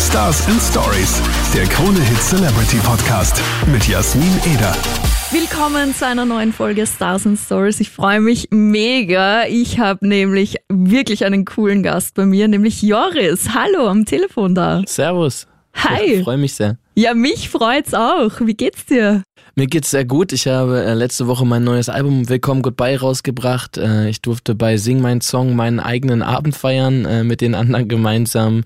Stars and Stories, der Krone-Hit Celebrity Podcast mit Jasmin Eder. Willkommen zu einer neuen Folge Stars and Stories. Ich freue mich mega. Ich habe nämlich wirklich einen coolen Gast bei mir, nämlich Joris. Hallo, am Telefon da. Servus. Hi. Ich freue mich sehr. Ja, mich freut's auch. Wie geht's dir? Mir geht's sehr gut. Ich habe letzte Woche mein neues Album Willkommen Goodbye rausgebracht. Ich durfte bei Sing Mein Song meinen eigenen Abend feiern mit den anderen gemeinsam.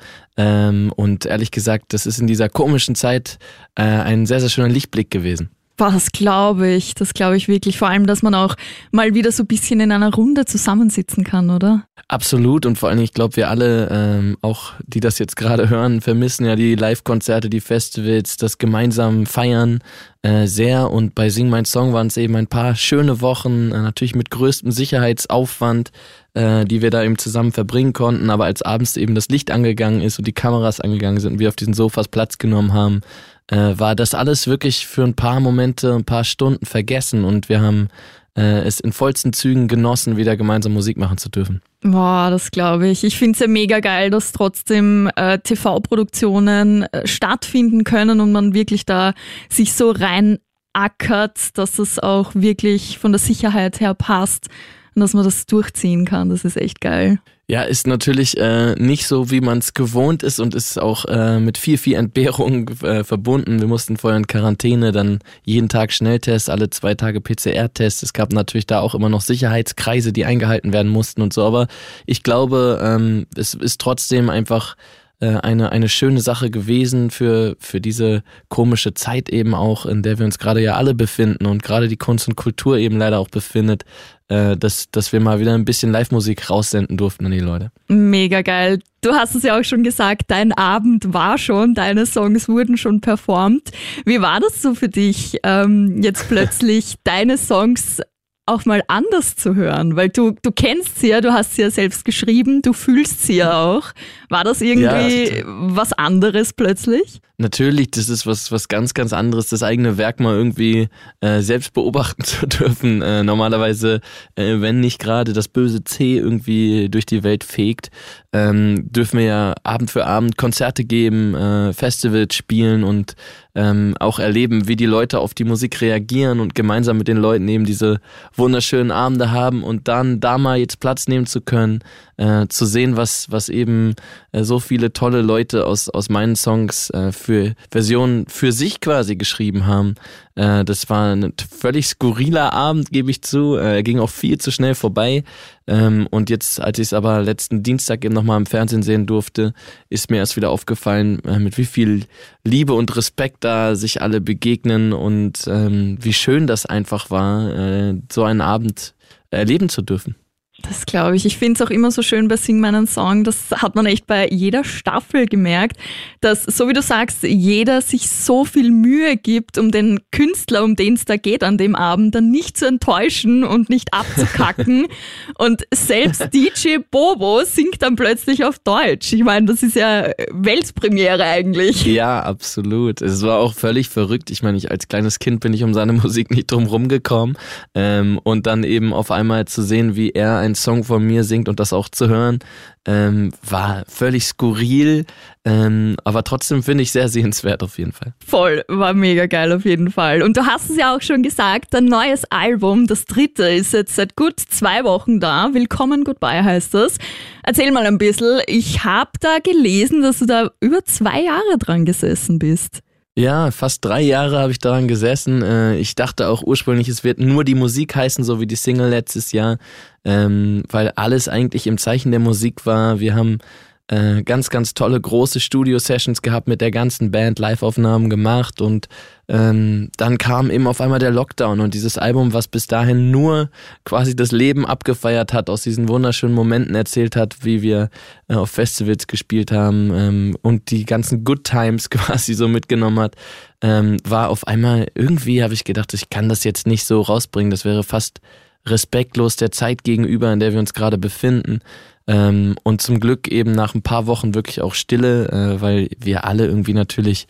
Und ehrlich gesagt, das ist in dieser komischen Zeit ein sehr, sehr schöner Lichtblick gewesen. Boah, das glaube ich wirklich. Vor allem, dass man auch mal wieder so ein bisschen in einer Runde zusammensitzen kann, oder? Absolut, und vor allem, ich glaube, wir alle, auch die das jetzt gerade hören, vermissen ja die Live-Konzerte, die Festivals, das gemeinsam Feiern sehr. Und bei Sing Mein Song waren es eben ein paar schöne Wochen, natürlich mit größtem Sicherheitsaufwand, die wir da eben zusammen verbringen konnten. Aber als abends eben das Licht angegangen ist und die Kameras angegangen sind und wir auf diesen Sofas Platz genommen haben, war das alles wirklich für ein paar Momente, ein paar Stunden vergessen, und wir haben es in vollsten Zügen genossen, wieder gemeinsam Musik machen zu dürfen. Boah, das glaube ich. Ich finde es ja mega geil, dass trotzdem TV-Produktionen stattfinden können und man wirklich da sich so reinackert, dass es auch wirklich von der Sicherheit her passt und dass man das durchziehen kann. Das ist echt geil. Ja, ist natürlich nicht so, wie man es gewohnt ist, und ist auch mit viel Entbehrung verbunden. Wir mussten vorher in Quarantäne, dann jeden Tag Schnelltests, alle 2 Tage PCR-Tests. Es gab natürlich da auch immer noch Sicherheitskreise, die eingehalten werden mussten und so. Aber ich glaube, es ist trotzdem einfach eine schöne Sache gewesen für diese komische Zeit eben auch, in der wir uns gerade ja alle befinden und gerade die Kunst und Kultur eben leider auch befindet, dass wir mal wieder ein bisschen Live-Musik raussenden durften an die Leute. Mega geil. Du hast es ja auch schon gesagt, dein Abend war schon, deine Songs wurden schon performt. Wie war das so für dich, jetzt plötzlich deine Songs auch mal anders zu hören? Weil du kennst sie ja, du hast sie ja selbst geschrieben, du fühlst sie ja auch. War das irgendwie was anderes plötzlich? Natürlich, das ist was ganz anderes, das eigene Werk mal irgendwie selbst beobachten zu dürfen. Normalerweise, wenn nicht gerade das böse C irgendwie durch die Welt fegt, dürfen wir ja Abend für Abend Konzerte geben, Festivals spielen und auch erleben, wie die Leute auf die Musik reagieren und gemeinsam mit den Leuten eben diese wunderschönen Abende haben, und dann da mal jetzt Platz nehmen zu können, zu sehen, was eben so viele tolle Leute aus meinen Songs für Versionen für sich quasi geschrieben haben. Das war ein völlig skurriler Abend, gebe ich zu. Ging auch viel zu schnell vorbei. Und jetzt, als ich es aber letzten Dienstag eben nochmal im Fernsehen sehen durfte, ist mir erst wieder aufgefallen, mit wie viel Liebe und Respekt da sich alle begegnen und wie schön das einfach war, so einen Abend erleben zu dürfen. Das glaube ich. Ich finde es auch immer so schön bei Sing Meinen Song, das hat man echt bei jeder Staffel gemerkt, dass, so wie du sagst, jeder sich so viel Mühe gibt, um den Künstler, um den es da geht an dem Abend, dann nicht zu enttäuschen und nicht abzukacken. Und selbst DJ Bobo singt dann plötzlich auf Deutsch. Ich meine, das ist ja Weltpremiere eigentlich. Ja, absolut. Es war auch völlig verrückt. Ich meine, als kleines Kind bin ich um seine Musik nicht drum rumgekommen. Und dann eben auf einmal zu sehen, wie er einen Song von mir singt und das auch zu hören, war völlig skurril, aber trotzdem finde ich sehr sehenswert auf jeden Fall. Voll, war mega geil auf jeden Fall. Und du hast es ja auch schon gesagt, dein neues Album, das 3. ist jetzt seit gut 2 Wochen da. Willkommen Goodbye heißt das. Erzähl mal ein bisschen. Ich habe da gelesen, dass du da über 2 Jahre dran gesessen bist. Ja, fast 3 Jahre habe ich daran gesessen. Ich dachte auch ursprünglich, es wird nur die Musik heißen, so wie die Single letztes Jahr, weil alles eigentlich im Zeichen der Musik war. Wir haben ganz tolle große Studio-Sessions gehabt mit der ganzen Band, Live-Aufnahmen gemacht, und dann kam eben auf einmal der Lockdown und dieses Album, was bis dahin nur quasi das Leben abgefeiert hat, aus diesen wunderschönen Momenten erzählt hat, wie wir auf Festivals gespielt haben und die ganzen Good Times quasi so mitgenommen hat, war auf einmal irgendwie, habe ich gedacht, ich kann das jetzt nicht so rausbringen, das wäre fast respektlos der Zeit gegenüber, in der wir uns gerade befinden. Und zum Glück eben nach ein paar Wochen wirklich auch Stille, weil wir alle irgendwie natürlich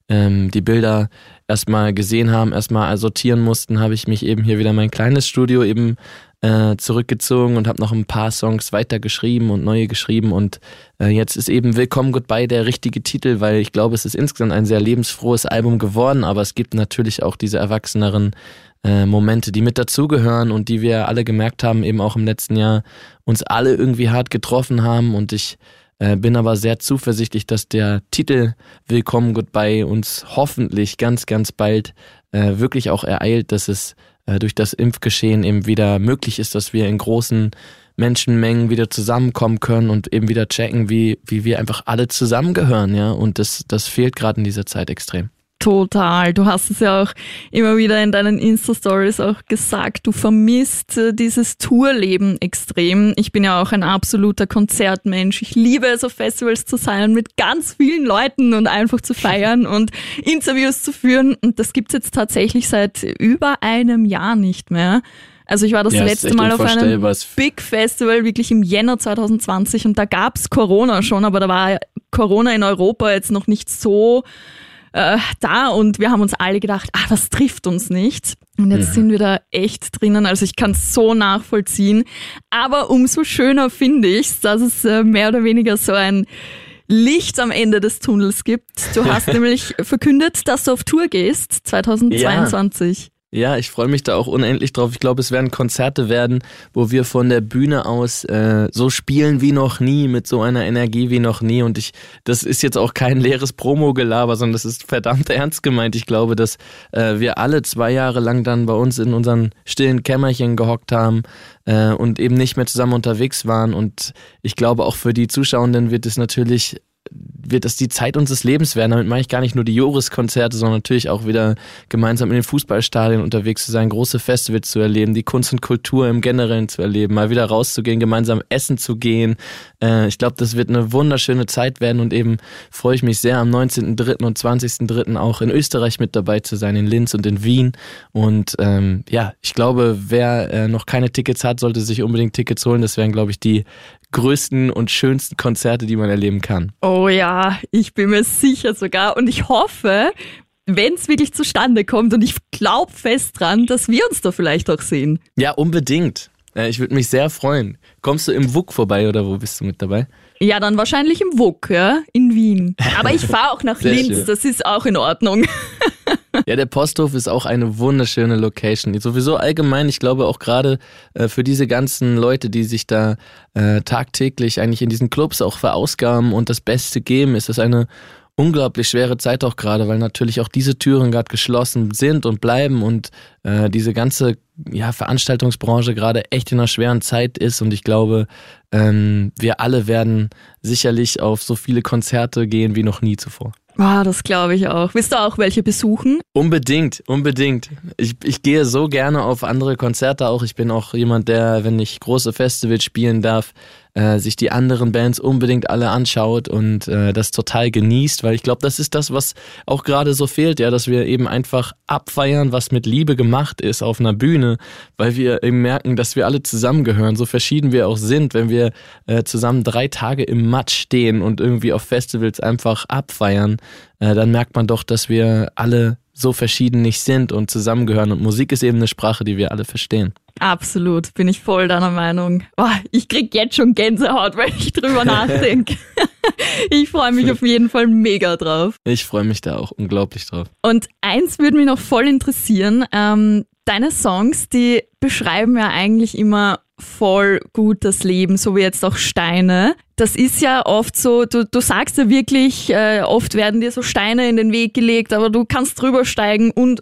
die Bilder erstmal gesehen haben, erstmal sortieren mussten, habe ich mich eben hier wieder in mein kleines Studio eben zurückgezogen und habe noch ein paar Songs weitergeschrieben und neue geschrieben und jetzt ist eben Willkommen Goodbye der richtige Titel, weil ich glaube, es ist insgesamt ein sehr lebensfrohes Album geworden, aber es gibt natürlich auch diese erwachseneren Momente, die mit dazugehören und die wir alle gemerkt haben, eben auch im letzten Jahr uns alle irgendwie hart getroffen haben und ich bin aber sehr zuversichtlich, dass der Titel Willkommen Goodbye uns hoffentlich ganz, ganz bald wirklich auch ereilt, dass es durch das Impfgeschehen eben wieder möglich ist, dass wir in großen Menschenmengen wieder zusammenkommen können und eben wieder checken, wie wir einfach alle zusammengehören, ja. Und das fehlt gerade in dieser Zeit extrem. Total. Du hast es ja auch immer wieder in deinen Insta-Stories auch gesagt, du vermisst dieses Tourleben extrem. Ich bin ja auch ein absoluter Konzertmensch. Ich liebe es, auf Festivals zu sein, mit ganz vielen Leuten und einfach zu feiern und Interviews zu führen. Und das gibt's jetzt tatsächlich seit über einem Jahr nicht mehr. Also ich war das letzte Mal auf einem Big Festival wirklich im Jänner 2020 und da gab's Corona schon, aber da war Corona in Europa jetzt noch nicht so da und wir haben uns alle gedacht, das trifft uns nicht. Und jetzt sind wir da echt drinnen, also ich kann es so nachvollziehen. Aber umso schöner finde ich es, dass es mehr oder weniger so ein Licht am Ende des Tunnels gibt. Du hast nämlich verkündet, dass du auf Tour gehst 2022. Ja, ich freue mich da auch unendlich drauf. Ich glaube, es werden Konzerte werden, wo wir von der Bühne aus so spielen wie noch nie, mit so einer Energie wie noch nie. Und das ist jetzt auch kein leeres Promo-Gelaber, sondern das ist verdammt ernst gemeint. Ich glaube, dass wir alle 2 Jahre lang dann bei uns in unseren stillen Kämmerchen gehockt haben und eben nicht mehr zusammen unterwegs waren. Und ich glaube, auch für die Zuschauenden wird es die Zeit unseres Lebens werden. Damit meine ich gar nicht nur die Joris-Konzerte, sondern natürlich auch wieder gemeinsam in den Fußballstadien unterwegs zu sein, große Festivals zu erleben, die Kunst und Kultur im Generellen zu erleben, mal wieder rauszugehen, gemeinsam essen zu gehen. Ich glaube, das wird eine wunderschöne Zeit werden und eben freue ich mich sehr, am 19.03. und 20.03. auch in Österreich mit dabei zu sein, in Linz und in Wien. Und ich glaube, wer noch keine Tickets hat, sollte sich unbedingt Tickets holen. Das wären, glaube ich, die größten und schönsten Konzerte, die man erleben kann. Oh ja, ich bin mir sicher sogar und ich hoffe, wenn es wirklich zustande kommt und ich glaube fest dran, dass wir uns da vielleicht auch sehen. Ja, unbedingt. Ich würde mich sehr freuen. Kommst du im WUK vorbei oder wo bist du mit dabei? Ja, dann wahrscheinlich im WUK, ja, in Wien. Aber ich fahre auch nach Linz, schön. Das ist auch in Ordnung. Ja, der Posthof ist auch eine wunderschöne Location. Sowieso allgemein, ich glaube auch gerade für diese ganzen Leute, die sich da tagtäglich eigentlich in diesen Clubs auch verausgaben und das Beste geben, ist das eine unglaublich schwere Zeit auch gerade, weil natürlich auch diese Türen gerade geschlossen sind und bleiben und diese ganze Veranstaltungsbranche gerade echt in einer schweren Zeit ist und ich glaube, wir alle werden sicherlich auf so viele Konzerte gehen wie noch nie zuvor. Das glaube ich auch. Willst du auch welche besuchen? Unbedingt. Ich gehe so gerne auf andere Konzerte auch. Ich bin auch jemand, der, wenn ich große Festivals spielen darf, sich die anderen Bands unbedingt alle anschaut und das total genießt, weil ich glaube, das ist das, was auch gerade so fehlt, ja, dass wir eben einfach abfeiern, was mit Liebe gemacht ist auf einer Bühne, weil wir eben merken, dass wir alle zusammengehören, so verschieden wir auch sind, wenn wir zusammen 3 Tage im Matsch stehen und irgendwie auf Festivals einfach abfeiern, dann merkt man doch, dass wir alle so verschieden nicht sind und zusammengehören und Musik ist eben eine Sprache, die wir alle verstehen. Absolut, bin ich voll deiner Meinung. Ich krieg jetzt schon Gänsehaut, weil ich drüber nachdenke. Ich freue mich auf jeden Fall mega drauf. Ich freue mich da auch unglaublich drauf. Und eins würde mich noch voll interessieren. Deine Songs, die beschreiben ja eigentlich immer voll gut das Leben, so wie jetzt auch Steine. Das ist ja oft so, du sagst ja wirklich, oft werden dir so Steine in den Weg gelegt, aber du kannst drüber steigen und.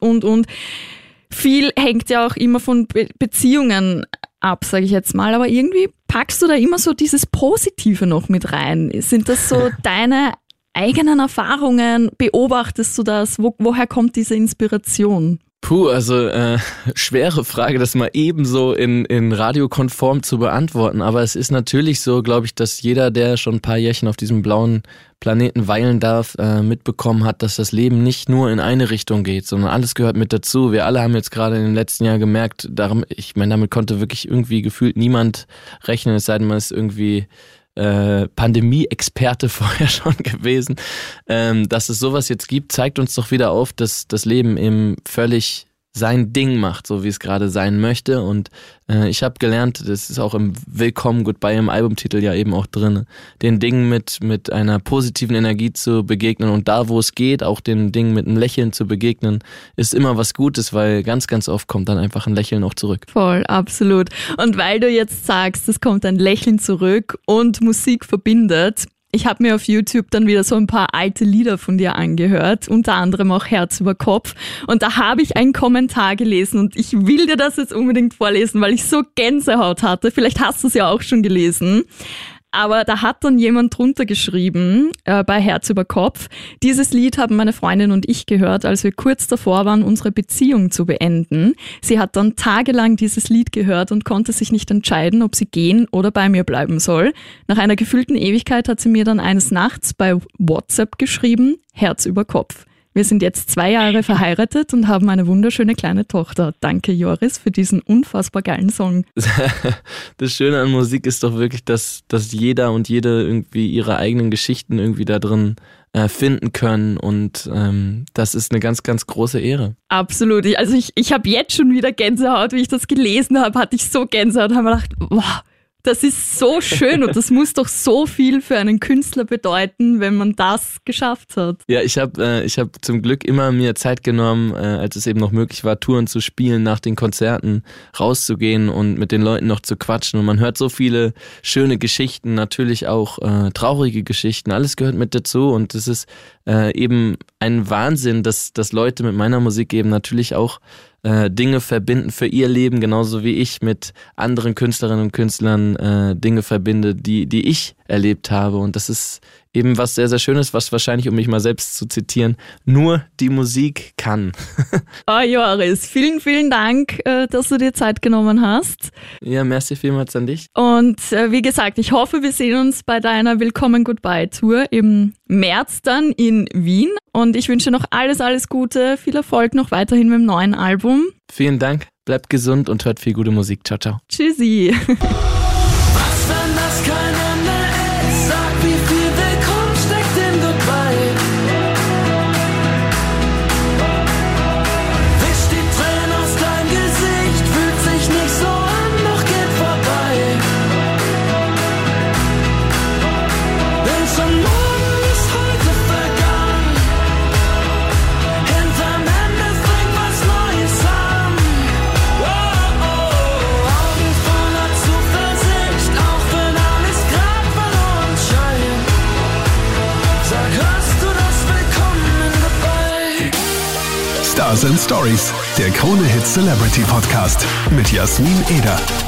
Viel hängt ja auch immer von Beziehungen ab, sage ich jetzt mal, aber irgendwie packst du da immer so dieses Positive noch mit rein. Sind das so deine eigenen Erfahrungen? Beobachtest du das? Woher kommt diese Inspiration? Also schwere Frage, das mal ebenso in radiokonform zu beantworten, aber es ist natürlich so, glaube ich, dass jeder, der schon ein paar Jährchen auf diesem blauen Planeten weilen darf, mitbekommen hat, dass das Leben nicht nur in eine Richtung geht, sondern alles gehört mit dazu. Wir alle haben jetzt gerade in dem letzten Jahr gemerkt, damit konnte wirklich irgendwie gefühlt niemand rechnen, es sei denn, man ist irgendwie Pandemie-Experte vorher schon gewesen. Dass es sowas jetzt gibt, zeigt uns doch wieder auf, dass das Leben eben völlig sein Ding macht, so wie es gerade sein möchte. Und ich habe gelernt, das ist auch im Willkommen Goodbye im Albumtitel ja eben auch drin, den Dingen mit einer positiven Energie zu begegnen und da, wo es geht, auch den Dingen mit einem Lächeln zu begegnen, ist immer was Gutes, weil ganz, ganz oft kommt dann einfach ein Lächeln auch zurück. Voll, absolut. Und weil du jetzt sagst, es kommt ein Lächeln zurück und Musik verbindet, ich habe mir auf YouTube dann wieder so ein paar alte Lieder von dir angehört, unter anderem auch Herz über Kopf. Und da habe ich einen Kommentar gelesen und ich will dir das jetzt unbedingt vorlesen, weil ich so Gänsehaut hatte. Vielleicht hast du es ja auch schon gelesen. Aber da hat dann jemand drunter geschrieben, bei Herz über Kopf, dieses Lied haben meine Freundin und ich gehört, als wir kurz davor waren, unsere Beziehung zu beenden. Sie hat dann tagelang dieses Lied gehört und konnte sich nicht entscheiden, ob sie gehen oder bei mir bleiben soll. Nach einer gefühlten Ewigkeit hat sie mir dann eines Nachts bei WhatsApp geschrieben, Herz über Kopf. Wir sind jetzt 2 Jahre verheiratet und haben eine wunderschöne kleine Tochter. Danke, Joris, für diesen unfassbar geilen Song. Das Schöne an Musik ist doch wirklich, dass jeder und jede irgendwie ihre eigenen Geschichten irgendwie da drin finden können und das ist eine ganz, ganz große Ehre. Absolut. Also ich habe jetzt schon wieder Gänsehaut, wie ich das gelesen habe, hatte ich so Gänsehaut, habe mir gedacht, wow, das ist so schön und das muss doch so viel für einen Künstler bedeuten, wenn man das geschafft hat. Ja, ich hab zum Glück immer mir Zeit genommen, als es eben noch möglich war, Touren zu spielen, nach den Konzerten rauszugehen und mit den Leuten noch zu quatschen. Und man hört so viele schöne Geschichten, natürlich auch traurige Geschichten. Alles gehört mit dazu und es ist eben ein Wahnsinn, dass Leute mit meiner Musik eben natürlich auch Dinge verbinden für ihr Leben, genauso wie ich mit anderen Künstlerinnen und Künstlern Dinge verbinde, die ich erlebt habe. Und das ist eben was sehr, sehr Schönes, was wahrscheinlich, um mich mal selbst zu zitieren, nur die Musik kann. Oh Joris, vielen, vielen Dank, dass du dir Zeit genommen hast. Ja, merci vielmals an dich. Und wie gesagt, ich hoffe, wir sehen uns bei deiner Willkommen Goodbye Tour im März dann in Wien. Und ich wünsche noch alles, alles Gute, viel Erfolg noch weiterhin mit dem neuen Album. Vielen Dank, bleibt gesund und hört viel gute Musik. Ciao, ciao. Tschüssi. Was, wenn das kein Ende ist? Sag, wie viel Willkommen steckt in Goodbye? Wisch die Tränen aus deinem Gesicht, fühlt sich nicht so an, doch geht vorbei. Denn schon morgen ist heute vergangen. Hinterm Ende fängt was Neues an. Oh, oh, oh. Augen voller Zuversicht, auch wenn alles grad verloren scheint. Sag, hörst du das Willkommen in Goodbye? Stars and Stories, der Krone Hit Celebrity Podcast mit Jasmin Eder.